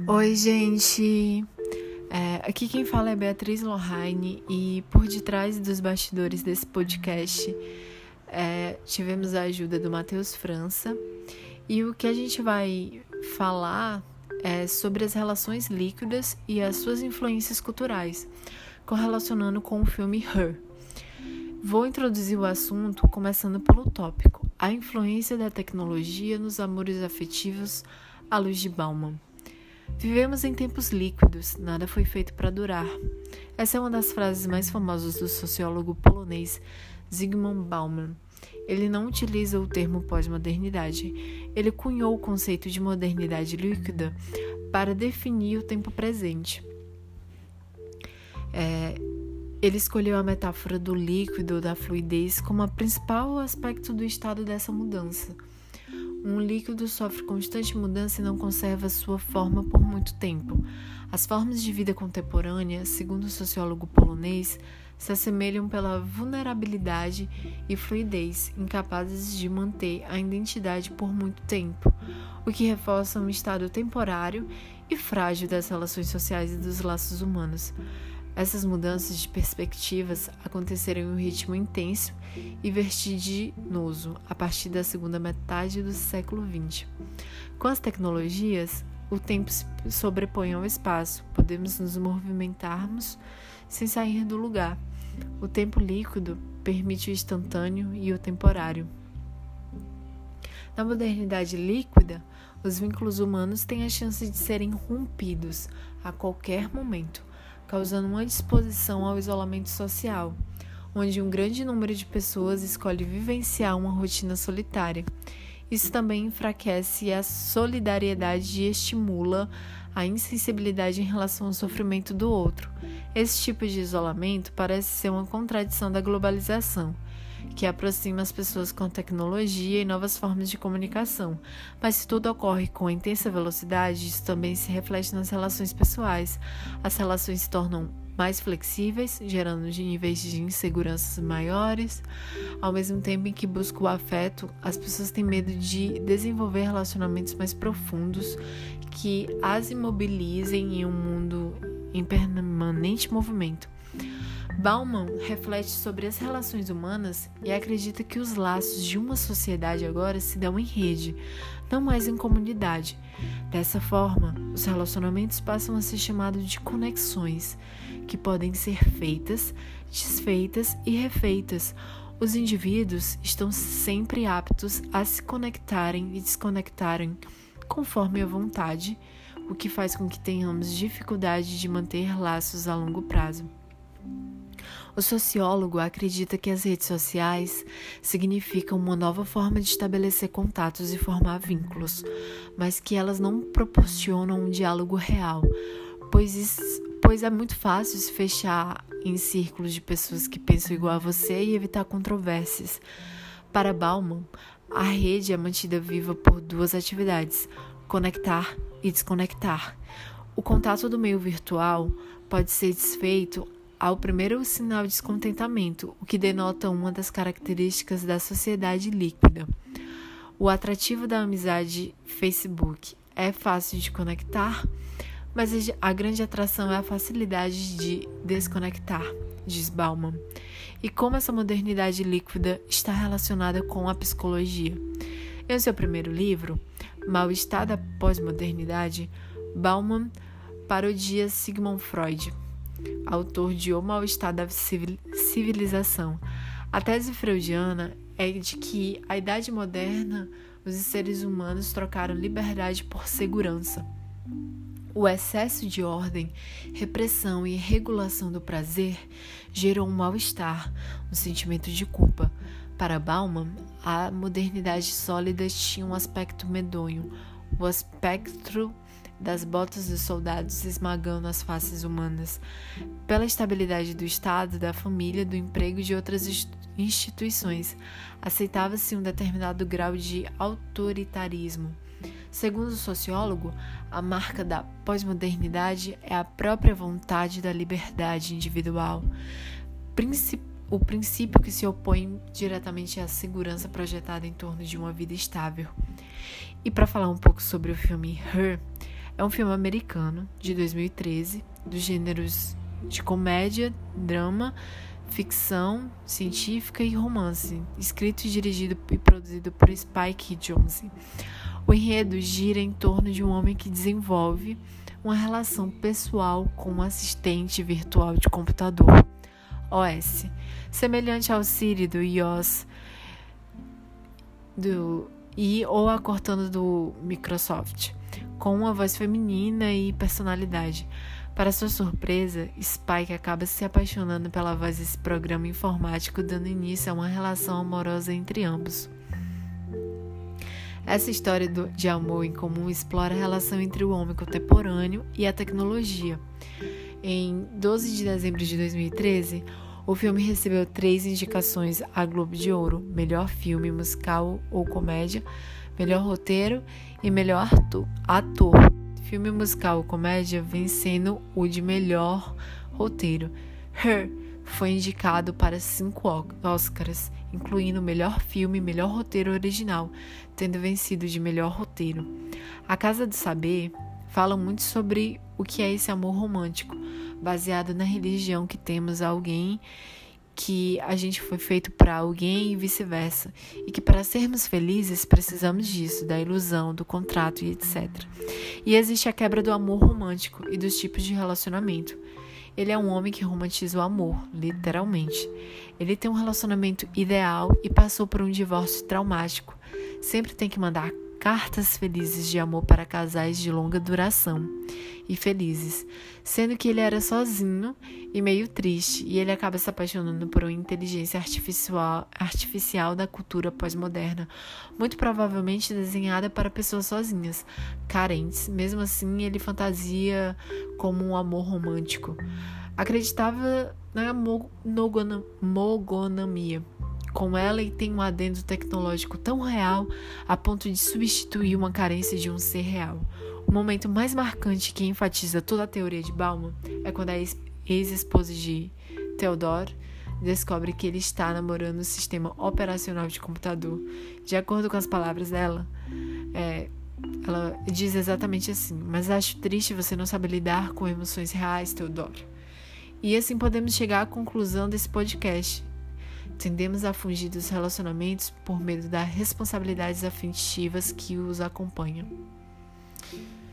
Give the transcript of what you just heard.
Oi, gente! Aqui quem fala é Beatriz Lohane e por detrás dos bastidores desse podcast tivemos a ajuda do Matheus França e o que a gente vai falar é sobre as relações líquidas e as suas influências culturais, correlacionando com o filme Her. Vou introduzir o assunto começando pelo tópico: a influência da tecnologia nos amores afetivos à luz de Bauman. Vivemos em tempos líquidos, nada foi feito para durar. Essa é uma das frases mais famosas do sociólogo polonês Zygmunt Bauman. Ele não utiliza o termo pós-modernidade. Ele cunhou o conceito de modernidade líquida para definir o tempo presente. Ele escolheu a metáfora do líquido, da fluidez, como o principal aspecto do estado dessa mudança. Um líquido sofre constante mudança e não conserva sua forma por muito tempo. As formas de vida contemporânea, segundo o sociólogo polonês, se assemelham pela vulnerabilidade e fluidez, incapazes de manter a identidade por muito tempo, o que reforça um estado temporário e frágil das relações sociais e dos laços humanos. Essas mudanças de perspectivas aconteceram em um ritmo intenso e vertiginoso a partir da segunda metade do século XX. Com as tecnologias, o tempo se sobrepõe ao espaço, podemos nos movimentarmos sem sair do lugar. O tempo líquido permite o instantâneo e o temporário. Na modernidade líquida, os vínculos humanos têm a chance de serem rompidos a qualquer momento, causando uma disposição ao isolamento social, onde um grande número de pessoas escolhe vivenciar uma rotina solitária. Isso também enfraquece a solidariedade e estimula a insensibilidade em relação ao sofrimento do outro. Esse tipo de isolamento parece ser uma contradição da globalização, que aproxima as pessoas com tecnologia e novas formas de comunicação. Mas se tudo ocorre com intensa velocidade, isso também se reflete nas relações pessoais. As relações se tornam mais flexíveis, gerando níveis de insegurança maiores. Ao mesmo tempo em que buscam o afeto, as pessoas têm medo de desenvolver relacionamentos mais profundos que as imobilizem em um mundo em permanente movimento. Bauman reflete sobre as relações humanas e acredita que os laços de uma sociedade agora se dão em rede, não mais em comunidade. Dessa forma, os relacionamentos passam a ser chamados de conexões, que podem ser feitas, desfeitas e refeitas. Os indivíduos estão sempre aptos a se conectarem e desconectarem conforme a vontade, o que faz com que tenhamos dificuldade de manter laços a longo prazo. O sociólogo acredita que as redes sociais significam uma nova forma de estabelecer contatos e formar vínculos, mas que elas não proporcionam um diálogo real, pois é muito fácil se fechar em círculos de pessoas que pensam igual a você e evitar controvérsias. Para Bauman, a rede é mantida viva por duas atividades: conectar e desconectar. O contato do meio virtual pode ser desfeito ao primeiro sinal de descontentamento, o que denota uma das características da sociedade líquida. O atrativo da amizade Facebook é fácil de conectar, mas a grande atração é a facilidade de desconectar, diz Bauman. E como essa modernidade líquida está relacionada com a psicologia? Em seu primeiro livro, Mal-Estar da Pós-Modernidade, Bauman parodia Sigmund Freud, autor de O Mal-Estar da Civilização. A tese freudiana é de que, na Idade Moderna, os seres humanos trocaram liberdade por segurança. O excesso de ordem, repressão e regulação do prazer gerou um mal-estar, um sentimento de culpa. Para Bauman, a modernidade sólida tinha um aspecto medonho, o aspecto das botas dos soldados esmagando as faces humanas. Pela estabilidade do Estado, da família, do emprego e de outras instituições, aceitava-se um determinado grau de autoritarismo. Segundo o sociólogo, a marca da pós-modernidade é a própria vontade da liberdade individual, o princípio que se opõe diretamente à segurança projetada em torno de uma vida estável. E para falar um pouco sobre o filme Her, É um filme americano, de 2013, dos gêneros de comédia, drama, ficção científica e romance, escrito e dirigido e produzido por Spike Jonze. O enredo gira em torno de um homem que desenvolve uma relação pessoal com um assistente virtual de computador, OS, semelhante ao Siri do iOS ou a Cortana do Microsoft, com uma voz feminina e personalidade. Para sua surpresa, Spike acaba se apaixonando pela voz desse programa informático, dando início a uma relação amorosa entre ambos. Essa história de amor em comum explora a relação entre o homem contemporâneo e a tecnologia. Em 12 de dezembro de 2013, o filme recebeu 3 indicações à Globo de Ouro: melhor filme musical ou comédia, melhor roteiro e melhor ator. Filme musical ou comédia vencendo o de melhor roteiro. Her foi indicado para 5 Oscars, incluindo melhor filme e melhor roteiro original, tendo vencido de melhor roteiro. A Casa do Saber fala muito sobre o que é esse amor romântico, baseado na religião que temos a alguém, que a gente foi feito para alguém e vice-versa, e que para sermos felizes precisamos disso, da ilusão, do contrato e etc. E existe a quebra do amor romântico e dos tipos de relacionamento. Ele é um homem que romantiza o amor, literalmente. Ele tem um relacionamento ideal e passou por um divórcio traumático. Sempre tem que mandar cartas felizes de amor para casais de longa duração e felizes, sendo que ele era sozinho e meio triste, e ele acaba se apaixonando por uma inteligência artificial da cultura pós-moderna, muito provavelmente desenhada para pessoas sozinhas, carentes. Mesmo assim, ele fantasia como um amor romântico. Acreditava na monogamia. Com ela, e tem um adendo tecnológico tão real a ponto de substituir uma carência de um ser real. O momento mais marcante que enfatiza toda a teoria de Bauman é quando a ex-esposa de Theodore descobre que ele está namorando o sistema operacional de computador. De acordo com as palavras dela, ela diz exatamente assim: mas acho triste você não saber lidar com emoções reais, Theodore. E assim podemos chegar à conclusão desse podcast. Tendemos a fugir dos relacionamentos por medo das responsabilidades afetivas que os acompanham.